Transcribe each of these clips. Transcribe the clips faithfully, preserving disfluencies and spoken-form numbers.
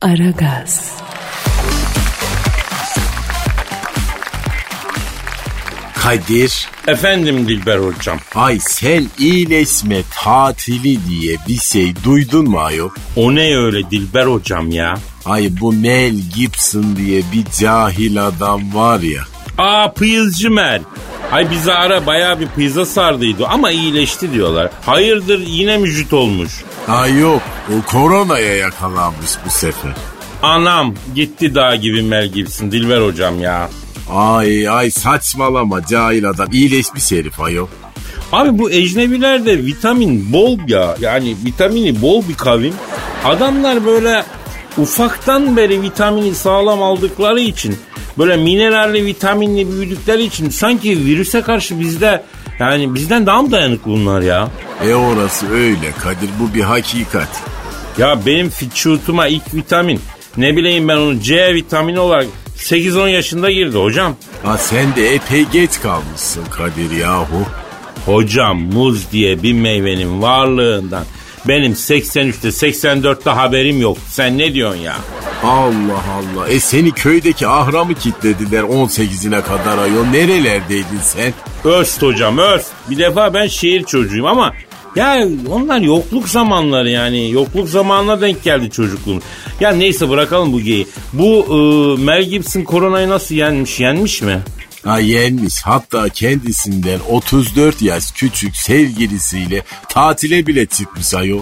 Aragaz. Kadir. Efendim Dilber hocam. Ay sen iyileşme tatili diye bir şey duydun mu ayol? O ne öyle Dilber hocam ya? Ay bu Mel Gibson diye bir cahil adam var ya. Aa pıyızcı Mel. Ay bizi ara bayağı bir pıyıza sardıydı ama iyileşti diyorlar. Hayırdır yine müjit olmuş? Ay yok o koronaya yakalanmış bu sefer. Anam gitti dağ gibi Mel Gibson Dilber hocam ya. Ay ay saçmalama cahil adam iyileşmiş herif ayol. Abi bu ecnebilerde vitamin bol ya yani vitamini bol bir kavim. Adamlar böyle ufaktan beri vitamini sağlam aldıkları için böyle mineralli vitaminli büyüdükleri için sanki virüse karşı bizde yani bizden daha mı dayanıklı bunlar ya? E orası öyle Kadir bu bir hakikat. Ya benim vücutuma ilk vitamin ne bileyim ben onu C vitamini olarak sekiz on yaşında girdi hocam. Ha sen de epey geç kalmışsın Kadir yahu. Hocam muz diye bir meyvenin varlığından benim seksen üçte seksen dörtte haberim yok. Sen ne diyorsun ya? Allah Allah. E seni köydeki ahramı kilitlediler on sekizine kadar ayol. Nerelerdeydin sen? Öst hocam öst. Bir defa ben şehir çocuğuyum ama ya onlar yokluk zamanları yani. Yokluk zamanına denk geldi çocukluğum. Ya neyse bırakalım bu geyi. Bu e, Mel Gibson koronayı nasıl yenmiş? Yenmiş mi? Ha yenmiş. Hatta kendisinden otuz dört yaş küçük sevgilisiyle tatile bile çıkmış ayol.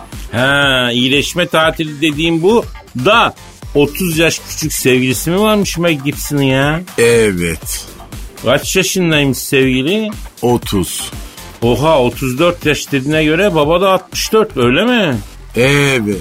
Ha iyileşme tatili dediğim bu da otuz yaş küçük sevgilisi mi varmış Mel Gibson'ın ya? Evet. Kaç yaşındaymış sevgili? otuz. Oha otuz dört yaş dediğine göre baba da altmış dört öyle mi? Evet.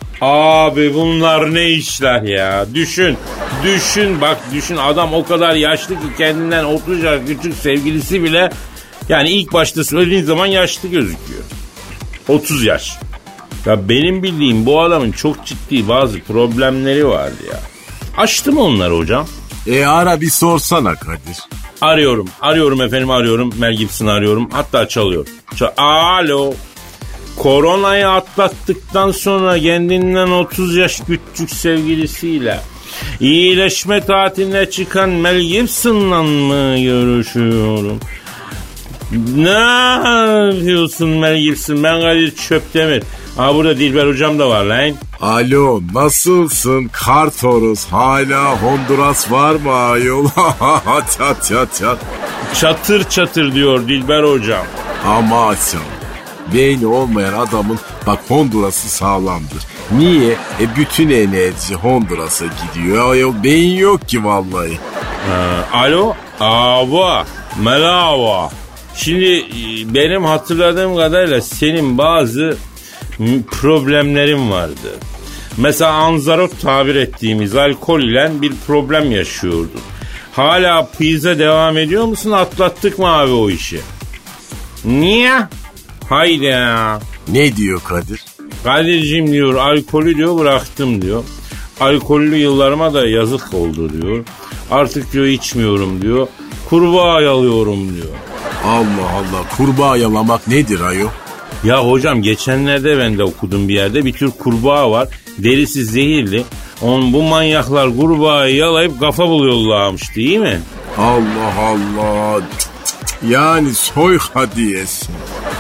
Abi bunlar ne işler ya? Düşün, düşün bak düşün adam o kadar yaşlı ki kendinden otuz yaş küçük sevgilisi bile yani ilk başta söylediğin zaman yaşlı gözüküyor. otuz yaş. Ya benim bildiğim bu adamın çok ciddi bazı problemleri vardı ya. Açtı mı onları hocam? E ara bir sorsana Kadir. Arıyorum, arıyorum efendim arıyorum. Mel Gibson'ı arıyorum. Hatta çalıyor. Çal- Alo. Koronayı atlattıktan sonra kendinden otuz yaş küçük sevgilisiyle iyileşme tatiline çıkan Mel Gibson'la mı görüşüyorum? Ne yapıyorsun Mel Gibson? Ben Kadir Çöptemir. Aa burada Dilber hocam da var lan. Alo nasılsın Kartoros hala Honduras var mı ayol? Çat çat çat. Çatır çatır diyor Dilber hocam. Ama açım. Beyni olmayan adamın bak Honduras'ı sağlamdır. Niye? E bütün enerji Honduras'a gidiyor. Ayol beyin yok ki vallahi. Ha, alo. Ava. Melava. Şimdi benim hatırladığım kadarıyla senin bazı problemlerim vardı. Mesela anzarot tabir ettiğimiz alkol ile bir problem yaşıyordun. Hala pizza devam ediyor musun? Atlattık mı abi o işi? Niye? Haydi ya. Ne diyor Kadir? Kadir'cim diyor alkolü diyor bıraktım diyor. Alkollü yıllarıma da yazık oldu diyor. Artık diyor içmiyorum diyor. Kurbağa yalıyorum diyor. Allah Allah kurbağa yalamak nedir ayol? Ya hocam geçenlerde ben de okudum bir yerde bir tür kurbağa var. Derisi zehirli. On, bu manyaklar kurbağayı yalayıp kafa buluyorlarmış değil mi? Allah Allah. Yani soy hadiyesi.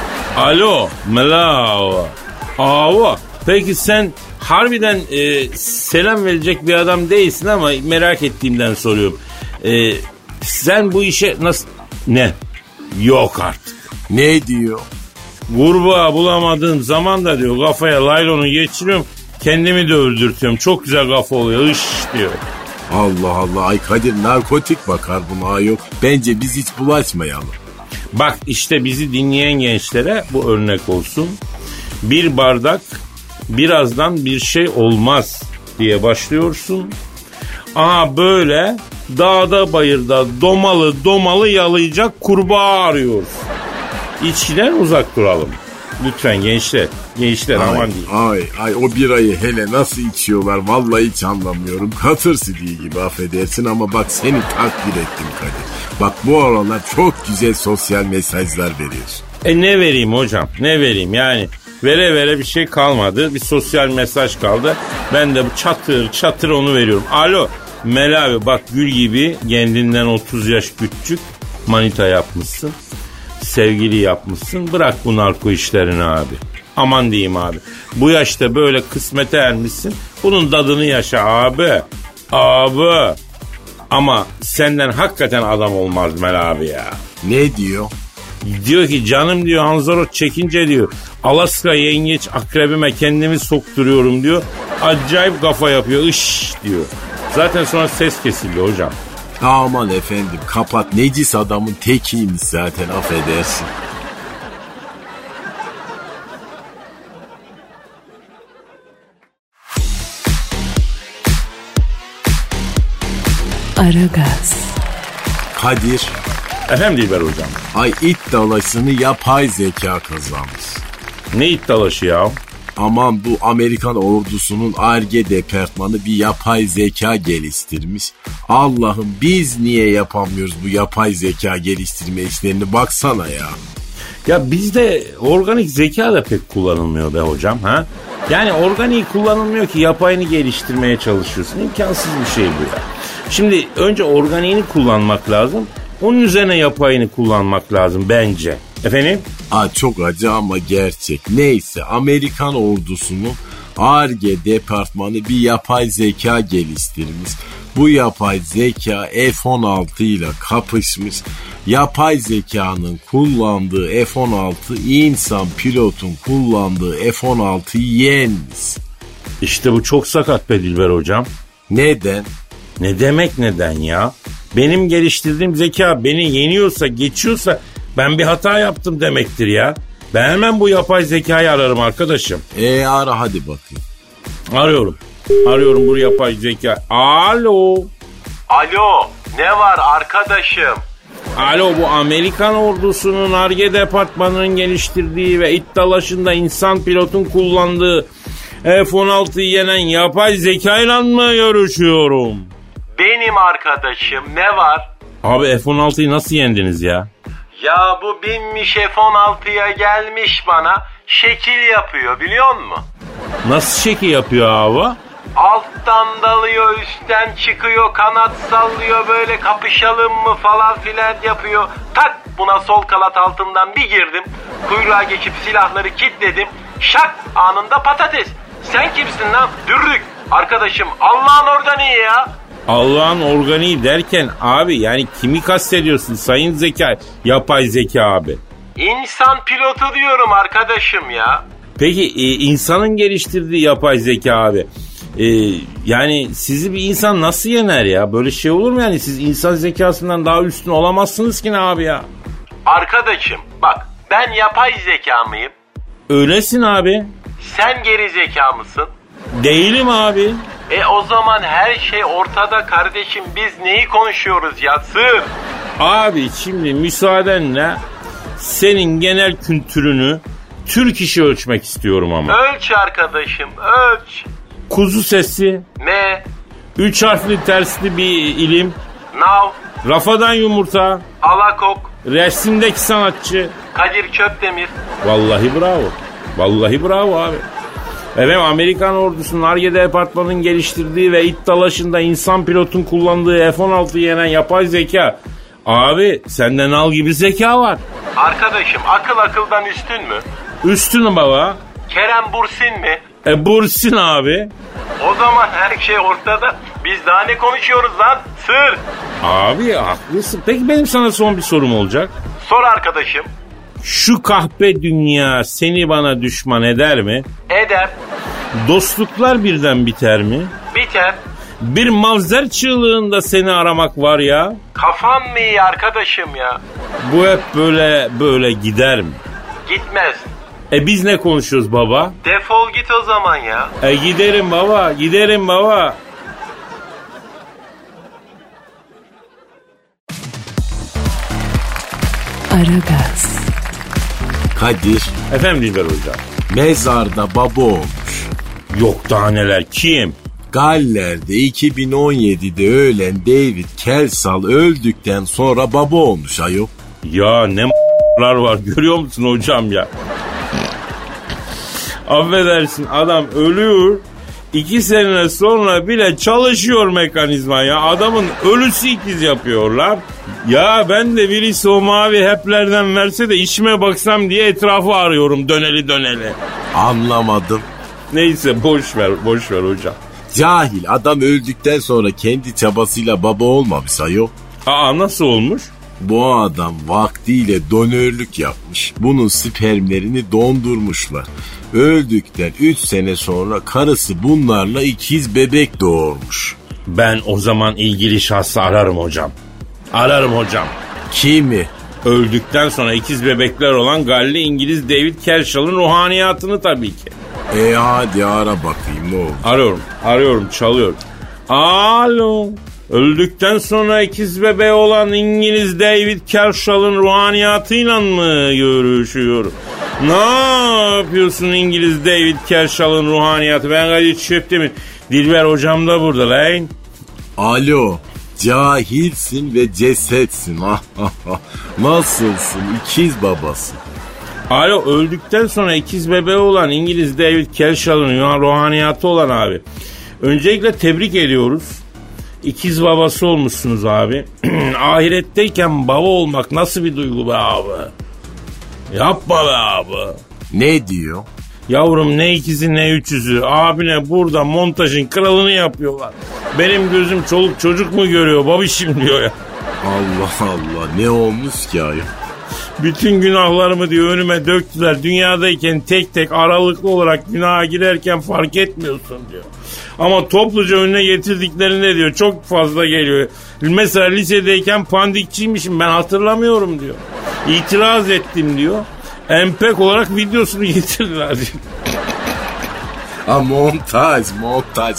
Alo Melava. Ava. Peki sen harbiden e, selam verecek bir adam değilsin ama merak ettiğimden soruyorum. E, sen bu işe nasıl... Ne? Yok artık. Ne diyor? Kurbağa bulamadığım zaman da diyor kafaya laylonu geçiriyorum. Kendimi de öldürtüyorum. Çok güzel kafa oluyor. Iş diyor. Allah Allah. Ay Kadir narkotik bakar buna ayol. Bence biz hiç bulaşmayalım. Bak işte bizi dinleyen gençlere bu örnek olsun. Bir bardak birazdan bir şey olmaz diye başlıyorsun. Aha böyle dağda bayırda domalı domalı yalayacak kurbağa arıyoruz. İçkiden uzak duralım. Lütfen gençler. Gençler ay, aman diyeyim. Ay ay o birayı hele nasıl içiyorlar vallahi hiç anlamıyorum. Katır sidiği gibi affedersin ama bak seni takdir ettim Kadir. Bak bu aralar çok güzel sosyal mesajlar veriyorsun. E ne vereyim hocam, ne vereyim yani? Vere vere bir şey kalmadı. Bir sosyal mesaj kaldı. Ben de bu çatır çatır onu veriyorum. Alo Mel abi, bak gül gibi kendinden otuz yaş küçük manita yapmışsın. Sevgili yapmışsın. Bırak bu narko işlerini abi. Aman diyeyim abi. Bu yaşta böyle kısmete ermişsin. Bunun tadını yaşa abi. Abi. Ama senden hakikaten adam olmaz Mel abi ya. Ne diyor? Diyor ki canım diyor, Hanzarot çekince diyor Alaska yengeç akrebime kendimi sokturuyorum diyor. Acayip kafa yapıyor, ış diyor. Zaten sonra ses kesildi hocam. Aman efendim kapat, necis adamın tekiymiş zaten, affedersin. Aragaz. Kadir. Efendim Dilber hocam. Ay it dalaşını yapay zeka kazanmış. Ne it dalaşı ya? Aman bu Amerikan ordusunun Ar-Ge departmanı bir yapay zeka geliştirmiş. Allah'ım biz niye yapamıyoruz bu yapay zeka geliştirme işlerini, baksana ya. Ya bizde organik zeka da pek kullanılmıyor be hocam ha? Yani organiği kullanılmıyor ki yapayını geliştirmeye çalışıyorsun. İmkansız bir şey bu ya. Şimdi önce organiğini kullanmak lazım. Onun üzerine yapayını kullanmak lazım bence. Efendim? Aa, çok acı ama gerçek. Neyse, Amerikan ordusunun Ar-Ge departmanı bir yapay zeka geliştirmiş. Bu yapay zeka F on altı ile kapışmış. Yapay zekanın kullandığı F on altı insan pilotun kullandığı F on altıyı yenmiş. İşte bu çok sakat be Dilber hocam. Neden? Ne demek neden ya? Benim geliştirdiğim zeka beni yeniyorsa, geçiyorsa ben bir hata yaptım demektir ya. Ben hemen bu yapay zekayı ararım arkadaşım. E ara hadi bakayım. Arıyorum. Arıyorum bu yapay zeka. Alo. Alo, ne var arkadaşım? Alo, bu Amerikan ordusunun Ar-Ge departmanının geliştirdiği ve it dalaşında insan pilotun kullandığı F on altıyı yenen yapay zekayla mı görüşüyorum? Benim arkadaşım, ne var? Abi F on altıyı nasıl yendiniz ya? Ya bu binmiş F on altıya gelmiş bana, şekil yapıyor biliyor musun? Nasıl şekil yapıyor abi? Alttan dalıyor, üstten çıkıyor, kanat sallıyor, böyle kapışalım mı falan filan yapıyor. Tak, buna sol kanat altından bir girdim. Kuyruğa geçip silahları kilitledim. Şak, anında patates. Sen kimsin lan? Dürrük. Arkadaşım, Allah'ın organiği ya. Allah'ın organiği derken abi yani kimi kastediyorsun sayın zeka, yapay zeka abi? İnsan pilotu diyorum arkadaşım ya. Peki e, insanın geliştirdiği yapay zeka abi. E, yani sizi bir insan nasıl yener ya? Böyle şey olur mu yani? Siz insan zekasından daha üstün olamazsınız ki ne abi ya? Arkadaşım bak, ben yapay zeka mıyım? Öylesin abi. Sen geri zeka mısın? Değilim abi. E o zaman her şey ortada kardeşim. Biz neyi konuşuyoruz ya, sır? Abi şimdi müsaadenle senin genel kültürünü Türk işi ölçmek istiyorum ama. Ölç arkadaşım, ölç. Kuzu sesi. Ne? Üç harfli tersli bir ilim. Nav. Rafadan yumurta. Alakok. Resimdeki sanatçı. Kadir Çöpdemir. Vallahi bravo. Vallahi bravo abi. Efendim Amerikan ordusunun Ar-Ge departmanının geliştirdiği ve it dalaşında insan pilotun kullandığı F on altıyı yenen yapay zeka. Abi sende nal gibi zeka var. Arkadaşım akıl akıldan üstün mü? Üstün baba. Kerem Bursin mi? E Bursin abi. O zaman her şey ortada. Biz daha ne konuşuyoruz lan? Sır. Abi haklısın. Peki benim sana son bir sorum olacak. Sor arkadaşım. Şu kahpe dünya seni bana düşman eder mi? Eder. Dostluklar birden biter mi? Biter. Bir mavzer çığlığında seni aramak var ya. Kafan mı iyi arkadaşım ya? Bu hep böyle böyle gider mi? Gitmez. E biz ne konuşuyoruz baba? Defol git o zaman ya. E giderim baba, giderim baba. Aragaz. Kadir. Efendim Dilber hocam. Mezarda baba olmuş. Yok daha neler, kim? Galler'de iki bin on yedide ölen David Kelsall öldükten sonra baba olmuş ayol. Ya ne var. Görüyor musun hocam ya? Affedersin, adam ölüyor. İki sene sonra bile çalışıyor mekanizma ya. Adamın ölüsü ikiz yapıyorlar. Ya ben de birisi o mavi heplerden verse de işime baksam diye etrafı arıyorum döneli döneli. Anlamadım. Neyse boş ver boş ver hocam. Cahil, adam öldükten sonra kendi çabasıyla baba olmamış ayol. Aa, nasıl olmuş? Bu adam vaktiyle donörlük yapmış. Bunun spermlerini dondurmuşlar. Öldükten üç sene sonra karısı bunlarla ikiz bebek doğurmuş. Ben o zaman ilgili şahsı ararım hocam. Ararım hocam. Kimi? Öldükten sonra ikiz bebekler olan Galli İngiliz David Kershaw'ın ruhaniyatını tabii ki. E hadi ara bakayım ne oldu? Arıyorum, arıyorum, çalıyorum. Alo. Öldükten sonra ikiz bebeği olan İngiliz David Kershaw'ın ruhaniyatıyla mı görüşüyorum? Ne yapıyorsun İngiliz David Kershaw'ın ruhaniyatı? Ben Kadir Çöptemir. Dilber hocam da burada lan. Alo. Cahilsin ve cesetsin. Nasılsın? İkiz babası. Alo, öldükten sonra ikiz bebeği olan İngiliz David Kershaw'ın ruhaniyatı olan abi. Öncelikle tebrik ediyoruz. İkiz babası olmuşsunuz abi. Ahiretteyken baba olmak nasıl bir duygu be abi? Yapma be abi. Ne diyor? Yavrum ne ikizi ne üçüzü. Abine burada montajın kralını yapıyorlar. Benim gözüm çoluk çocuk mu görüyor babişim diyor ya. Allah Allah, ne olmuş ki ayol? Bütün günahlarımı diyor önüme döktüler. Dünyadayken tek tek aralıklı olarak günaha girerken fark etmiyorsun diyor. Ama topluca önüne getirdiklerinde diyor çok fazla geliyor. Mesela lisedeyken pandikçiymişim ben hatırlamıyorum diyor. İtiraz ettim diyor. Empek olarak videosunu getirdiler diyor. Ha montaj montaj.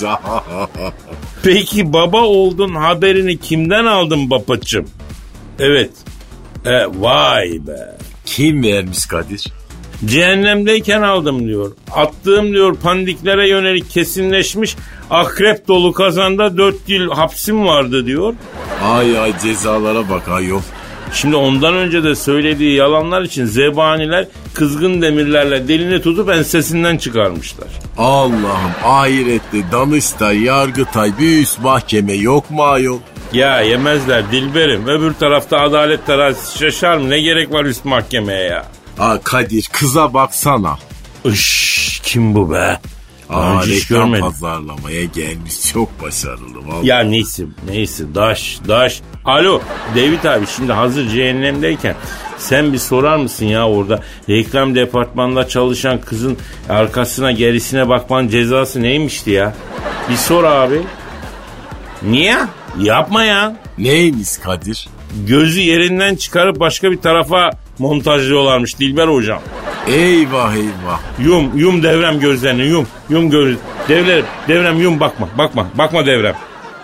Peki baba oldun haberini kimden aldın babacığım? Evet. E, vay be. Kim vermiş Kadir? Cehennemdeyken aldım diyor. Attığım diyor pandiklere yönelik kesinleşmiş akrep dolu kazanda dört yıl hapsim vardı diyor. Ay ay cezalara bak ayol. Şimdi ondan önce de söylediği yalanlar için zebaniler kızgın demirlerle dilini tutup ensesinden çıkarmışlar. Allah'ım, ahirette Danıştay, Yargıtay, bir üst mahkeme yok mu ayol? Ya yemezler Dilberim. Öbür tarafta adalet terazisi şaşar mı? Ne gerek var üst mahkemeye ya? Aa Kadir, kıza baksana. Iş, kim bu be? Aa, reklam pazarlamaya gelmiş, çok başarılı vallahi. Ya neyse neyse daş daş. Alo David abi, şimdi hazır cehennemdeyken sen bir sorar mısın ya, orada reklam departmanında çalışan kızın arkasına gerisine bakmanın cezası neymişti ya? Bir sor abi. Niye? Yapma ya. Neymiş Kadir? Gözü yerinden çıkarıp başka bir tarafa montajlıyorlarmış Dilber hocam. Eyvah eyvah. Yum yum devrem gözlerini yum yum göz. Devrem devrem yum bakma bakma bakma devrem.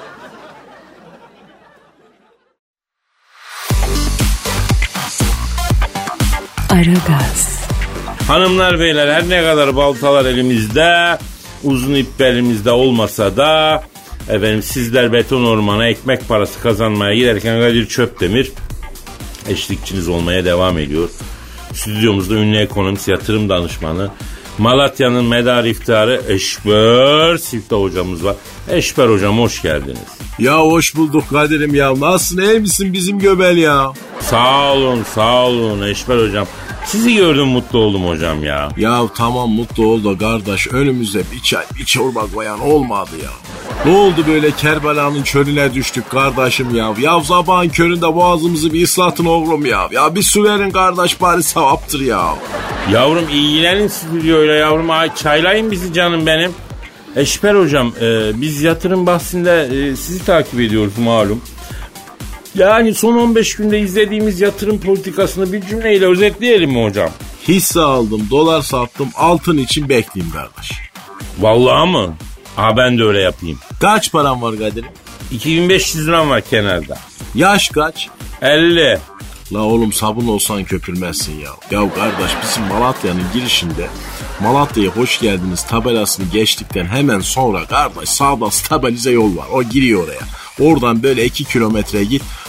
Aragaz. Hanımlar beyler, her ne kadar baltalar elimizde, uzun ip belimizde olmasa da efendim sizler beton ormana ekmek parası kazanmaya giderken Kadir Çöptemir eşlikçiniz olmaya devam ediyor. Stüdyomuzda ünlü ekonomist, yatırım danışmanı, Malatya'nın medar iftiharı Eşber Siftah hocamız var. Eşber hocam hoş geldiniz. Ya hoş bulduk Kadir'im ya. Nasılsın, iyi misin bizim göbel ya? Sağ olun sağ olun Eşber hocam. Sizi gördüm mutlu oldum hocam ya. Ya tamam mutlu ol da kardeş, önümüze bir çay bir çorba koyan olmadı ya. Ne oldu böyle Kerbela'nın çölüne düştük kardeşim ya. Ya sabahın köründe boğazımızı bir ıslatın oğlum ya. Ya bir su verin kardeş, bari sevaptır ya. Yavrum ilgilenin stüdyoyla yavrum. Ay, çaylayın bizi canım benim. Eşber hocam e, biz yatırım bahsinde e, sizi takip ediyoruz malum. Yani son on beş günde izlediğimiz yatırım politikasını bir cümleyle özetleyelim mi hocam? Hisse aldım, dolar sattım, altın için bekleyeyim kardeş. Vallahi mı? Ha ben de öyle yapayım. Kaç param var Kadir'im? iki bin beş yüz liram var kenarda. Yaş kaç? elli. La oğlum sabun olsan köpürmezsin ya. Ya kardeş, bizim Malatya'nın girişinde Malatya'ya hoş geldiniz tabelasını geçtikten hemen sonra kardeş sağda stabilize yol var. O giriyor oraya. Oradan böyle iki kilometre git.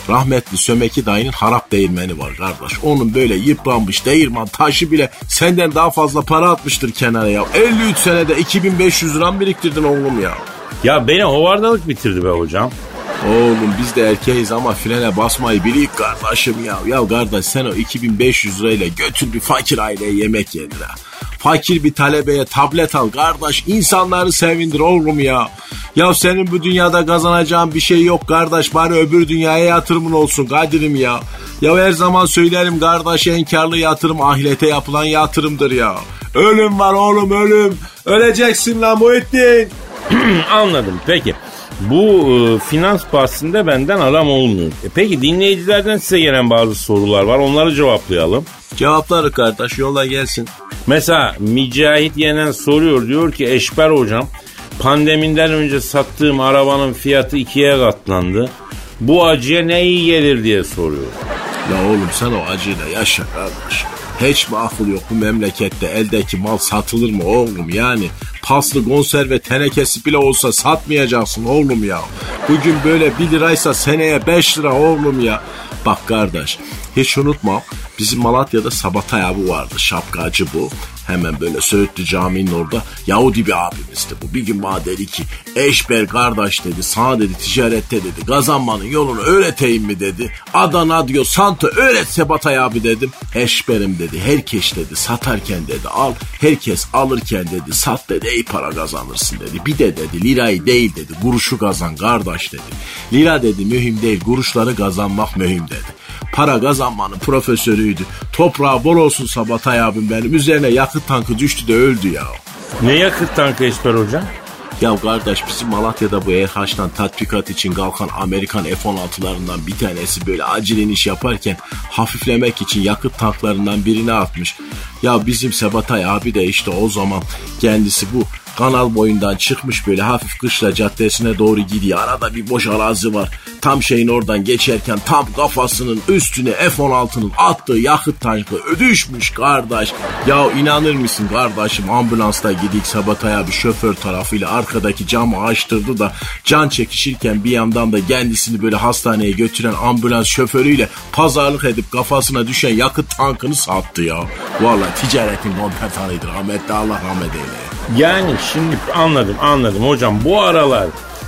Rahmetli Sömeki dayının harap değirmeni var kardeş. Onun böyle yıpranmış değirmen taşı bile senden daha fazla para atmıştır kenara ya. elli üç senede iki bin beş yüz lira biriktirdin oğlum ya. Ya beni hovardalık bitirdi be hocam. Oğlum biz de erkeğiz ama frene basmayı bilik kardeşim ya. Ya kardeş sen o iki bin beş yüz lirayla götür bir fakir aileye yemek yedir ha. Fakir bir talebeye tablet al kardeş. İnsanları sevindir oğlum ya. Ya senin bu dünyada kazanacağın bir şey yok kardeş. Bari öbür dünyaya yatırımın olsun Kadir'im ya. Ya her zaman söylerim kardeş, en karlı yatırım ahirete yapılan yatırımdır ya. Ölüm var oğlum, ölüm. Öleceksin lan Muhittin. Anladım, peki. Bu e, finans bahsinde benden aram olmuyor. E, peki dinleyicilerden size gelen bazı sorular var. Onları cevaplayalım. Cevapları kardeş, yolla gelsin. Mesela Mücahit Yenen soruyor. Diyor ki Eşber hocam, pandemiden önce sattığım arabanın fiyatı ikiye katlandı. Bu acıya ne iyi gelir diye soruyor. Ya oğlum sen o acıyla yaşa kardeş. Hiç mi akıl yok bu memlekette, eldeki mal satılır mı oğlum? Yani paslı konserve tenekesi bile olsa satmayacaksın oğlum ya. Bugün böyle bir liraysa seneye beş lira oğlum ya. Bak kardeş, hiç unutma, bizim Malatya'da Sabatay abi vardı, şapkacı bu. Hemen böyle Söğütlü Camii'nin orada Yahudi bir abimizdi bu. Bir gün bana dedi ki, Eşber kardeş dedi, sana dedi ticarette dedi kazanmanın yolunu öğreteyim mi dedi. Adana diyor Santa öğret Sabatay abi dedim. Eşber'im dedi, herkes dedi satarken dedi al, herkes alırken dedi sat dedi, iyi para kazanırsın dedi. Bir de dedi lirayı değil dedi, kuruşu kazan kardeş dedi. Lira dedi mühim değil, kuruşları kazanmak mühim dedi. Para kazanmanın profesörüydü. Toprağı bol olsun Sabatay abim benim. Üzerine yakıt tankı düştü de öldü ya. Ne yakıt tankı Eşber hocam? Ya kardeş, bizim Malatya'da bu E H'tan tatbikat için kalkan Amerikan F on altılarından bir tanesi böyle acil iniş yaparken hafiflemek için yakıt tanklarından birini atmış. Ya bizim Sabatay abi de işte o zaman kendisi bu kanal boyundan çıkmış, böyle hafif Kışla Caddesi'ne doğru gidiyor. Arada bir boş arazi var. Tam şeyin oradan geçerken tam kafasının üstüne F on altının attığı yakıt tankı düşmüş kardeş. Ya inanır mısın kardeşim, ambulansta gidik, Sabatay abi şoför tarafıyla arkadaki camı açtırdı da can çekişirken bir yandan da kendisini böyle hastaneye götüren ambulans şoförüyle pazarlık edip kafasına düşen yakıt tankını sattı ya. Vallahi ticaretin kompetanıydır rahmetli, Allah rahmet eyle. Yani şimdi anladım anladım hocam, bu aralar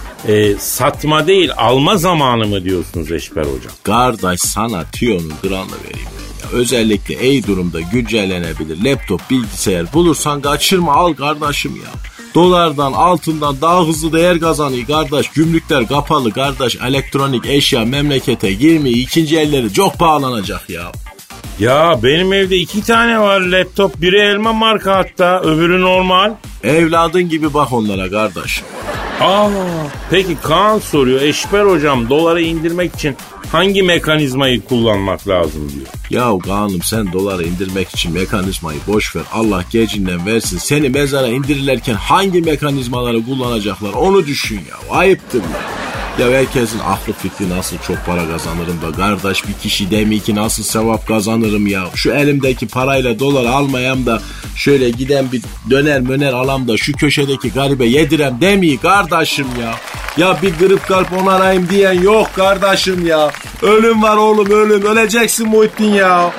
e, satma değil alma zamanı mı diyorsunuz Eşber hocam? Kardeş sana tüyonun granını vereyim ben ya. Özellikle iyi durumda güncellenebilir laptop, bilgisayar bulursan kaçırma, al kardeşim ya. Dolardan altından daha hızlı değer kazanıyor kardeş. Gümrükler kapalı kardeş. Elektronik eşya memlekete girmiyor. İkinci elleri çok pahalanacak ya. Ya benim evde iki tane var laptop. Biri elma marka hatta, öbürü normal. Evladın gibi bak onlara kardeş. Aa, peki Kaan soruyor. Eşber hocam, doları indirmek için hangi mekanizmayı kullanmak lazım diyor. Ya Kaan'ım, sen doları indirmek için mekanizmayı boş ver. Allah gecinden versin. Seni mezara indirirlerken hangi mekanizmaları kullanacaklar onu düşün ya. Ayıptır ya. Ya herkesin aklı fikri nasıl çok para kazanırım da kardeş, bir kişi demiyor ki nasıl sevap kazanırım ya. Şu elimdeki parayla dolar almayam da şöyle giden bir döner möner alam da şu köşedeki garibe yedirem demiyor kardeşim ya. Ya bir grip kalp onarayım diyen yok kardeşim ya. Ölüm var oğlum, ölüm. Öleceksin Muhittin ya.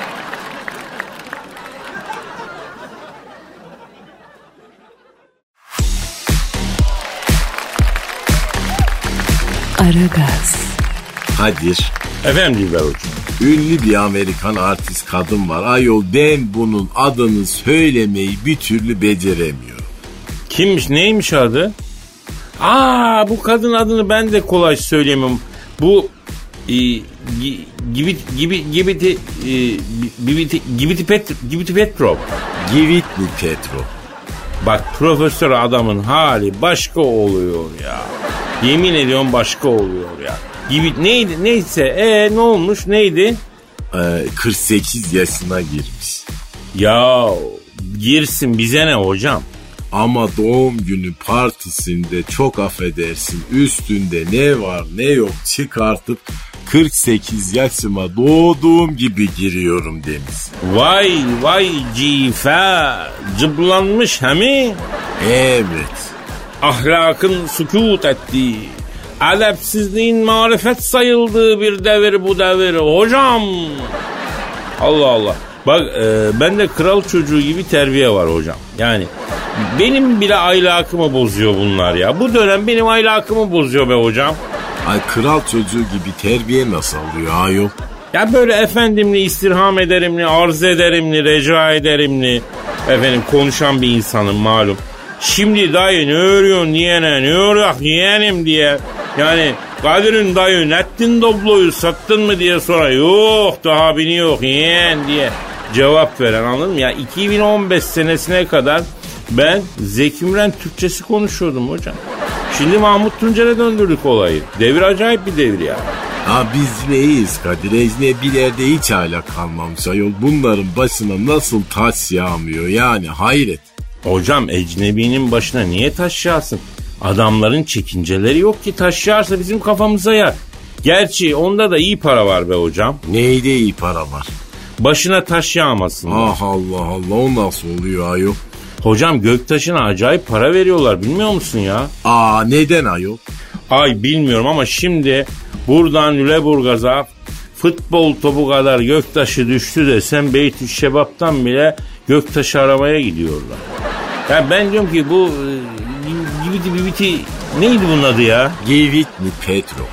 Aragaz. Kadir. Efendim Dilber hocam. Ünlü bir Amerikan artist kadın var. Ayol, ben bunun adını söylemeyi bir türlü beceremiyorum. Kimmiş, neymiş adı? Aa, bu kadın adını ben de kolay söyleyemem. Bu e, gibi gibi gibi gibi gibi Petro gibi Petro. Givitli Petro. Bak, profesör adamın hali başka oluyor ya. Yemin ediyorum başka oluyor ya. Gibi neydi neyse e ne olmuş neydi? Ee, kırk sekiz yaşına girmiş. Ya girsin, bize ne hocam? Ama doğum günü partisinde çok affedersin üstünde ne var ne yok çıkartıp kırk sekiz yaşıma doğduğum gibi giriyorum demiş. Vay vay cife, cıblanmış he mi? Evet. Ahlakın sükut etti. edepsizliğin marifet sayıldığı bir devir bu devir hocam. Allah Allah. Bak e, bende kral çocuğu gibi terbiye var hocam. Yani benim bile ahlakımı bozuyor bunlar ya. Bu dönem benim ahlakımı bozuyor be hocam. Ay kral çocuğu gibi terbiye nasıl alıyor ayol? Ya böyle efendimli, istirham ederimli, arz ederimli, rica ederimli, efendim konuşan bir insanım malum. Şimdi dayı ne örüyorsun diyene, ne örüyor yeğenim diye. Yani Kadir'in dayı nettin dobloyu sattın mı diye sonra yok daha bini yok yeğen diye cevap veren, anladın mı? Ya iki bin on beş senesine kadar ben Zeki Müren Türkçesi konuşuyordum hocam. Şimdi Mahmut Tuncer'e döndürdük olayı. Devir acayip bir devir ya. Ha biz neyiz Kadir? Ecnebilerde hiç hala kalmamış ayol. Bunların başına nasıl taş yağmıyor yani hayret. Hocam ecnebinin başına niye taş yağsın? Adamların çekinceleri yok ki, taş yağarsa bizim kafamıza yer. Gerçi onda da iyi para var be hocam. Neyde iyi para var? Başına taş yağmasın. Ah Allah Allah, o nasıl oluyor ayol? Hocam göktaşına acayip para veriyorlar, bilmiyor musun ya? Aa neden ayol? Ay bilmiyorum ama şimdi buradan Lüleburgaz'a futbol topu kadar göktaşı düştü desem Beytüşşebap'tan bile göktaşı aramaya gidiyorlar. Ya ben diyorum ki bu Giviti Bibiti neydi bunun adı ya? Givitni Petro.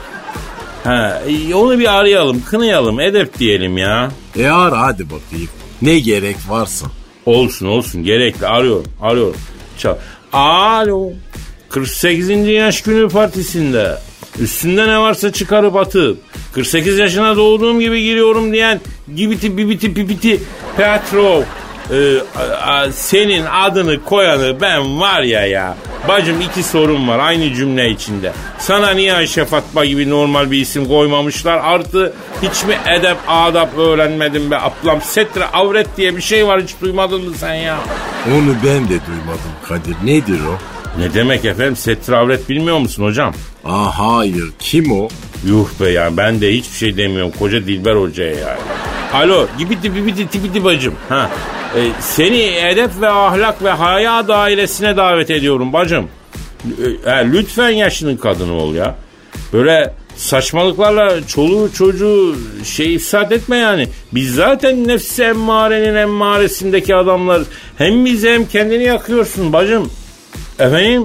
Ha, onu bir arayalım, kınayalım, edep diyelim ya. E ara hadi bakayım. Ne gerek varsa. Olsun olsun, gerekli, arıyorum arıyorum. Çal. Alo. kırk sekizinci yaş günü partisinde üstünde ne varsa çıkarıp atıp kırk sekiz yaşına doğduğum gibi giriyorum diyen Giviti Bibiti Pipiti Petro, Ee, a, senin adını koyanı ben var ya ya. Bacım iki sorun var aynı cümle içinde. Sana niye Ayşe Fatma gibi normal bir isim koymamışlar? Artı hiç mi edep adap öğrenmedin be ablam? Setre avret diye bir şey var, hiç duymadın mı sen ya? Onu ben de duymadım Kadir. Nedir o? Ne demek efendim, setre avret bilmiyor musun hocam? Aa hayır, kim o? Yuh be ya, ben de hiçbir şey demiyorum koca Dilber Hoca'ya yani. Alo gibiti bibiti tipiti bacım. Ha. Ee, seni edep ve ahlak ve haya dairesine davet ediyorum bacım. Ee, lütfen yaşının kadını ol ya. Böyle saçmalıklarla çoluğu çocuğu şey ifsad etme yani. Biz zaten nefsi emmarenin emmaresindeki adamlar. Hem bizi hem kendini yakıyorsun bacım. Efendim?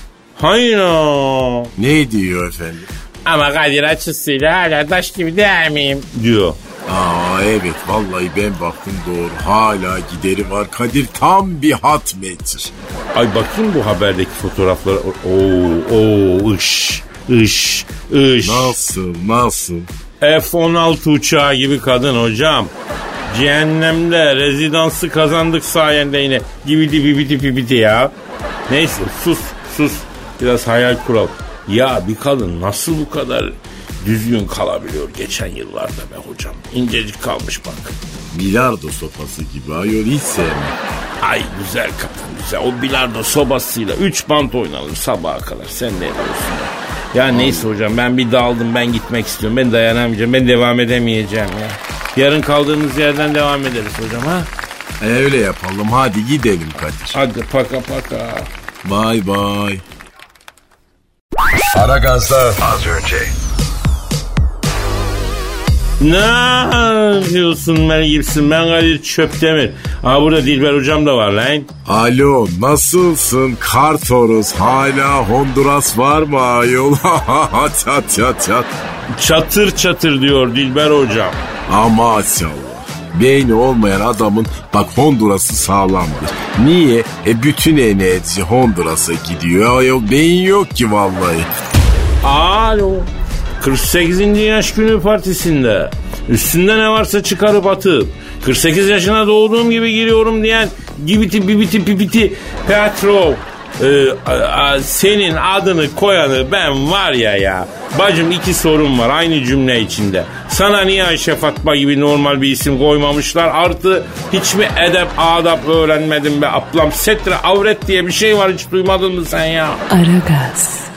Hayna. Ne diyor efendim? Ama Kadir açısıyla hala taş gibi değil miyim diyor. Aa evet, vallahi ben baktım doğru. Hala gideri var Kadir, tam bir hat meçhir. Ay bakayım bu haberdeki fotoğraflara. Oo, oo, ış, ış, ış. Nasıl, nasıl? F on altı uçağı gibi kadın hocam. Cehennemde rezidansı kazandık sayende yine. Gibidi bibidi bibidi ya. Neyse sus, sus. Biraz hayal kuralım. Ya bir kadın nasıl bu kadar düzgün kalabiliyor geçen yıllarda be hocam? İncecik kalmış bak. Bilardo sopası gibi ayol, hiç sevmem. Ay güzel kadın güzel. O bilardo sobasıyla üç bant oynanır sabaha kadar. Sen ne diyorsun ya? Ya neyse hocam, ben bir daldım, ben gitmek istiyorum. Ben dayanamayacağım, ben devam edemeyeceğim ya. Yarın kaldığımız yerden devam ederiz hocam ha? E, öyle yapalım, hadi gidelim Kadir. Hadi paka paka. Bye bye. Aragaz'da az önce. Ne yapıyorsun Mel Gibson? Ben Kadir Çöptemir. Aa burada Dilber hocam da var lan. Alo, nasılsın Kartoros? Hala Honduras var mı ayol? çat çat çat. Çatır çatır diyor Dilber hocam. Ama maşallah. Beyni olmayan adamın bak Honduras'ı sağlamdır. Niye? E bütün enerji Honduras'a gidiyor. Ayol beyin yok ki vallahi. Alo. kırk sekizinci yaş günü partisinde üstünde ne varsa çıkarıp atıp kırk sekiz yaşına doğduğum gibi giriyorum diyen Gibiti Bibiti Pipiti Petro, e, a, senin adını koyanı ben var ya ya. Bacım iki sorun var aynı cümle içinde. Sana niye Ayşe Fatma gibi normal bir isim koymamışlar? Artı hiç mi edep adap öğrenmedin be ablam? Setre avret diye bir şey var, hiç duymadın mı sen ya? Aragaz.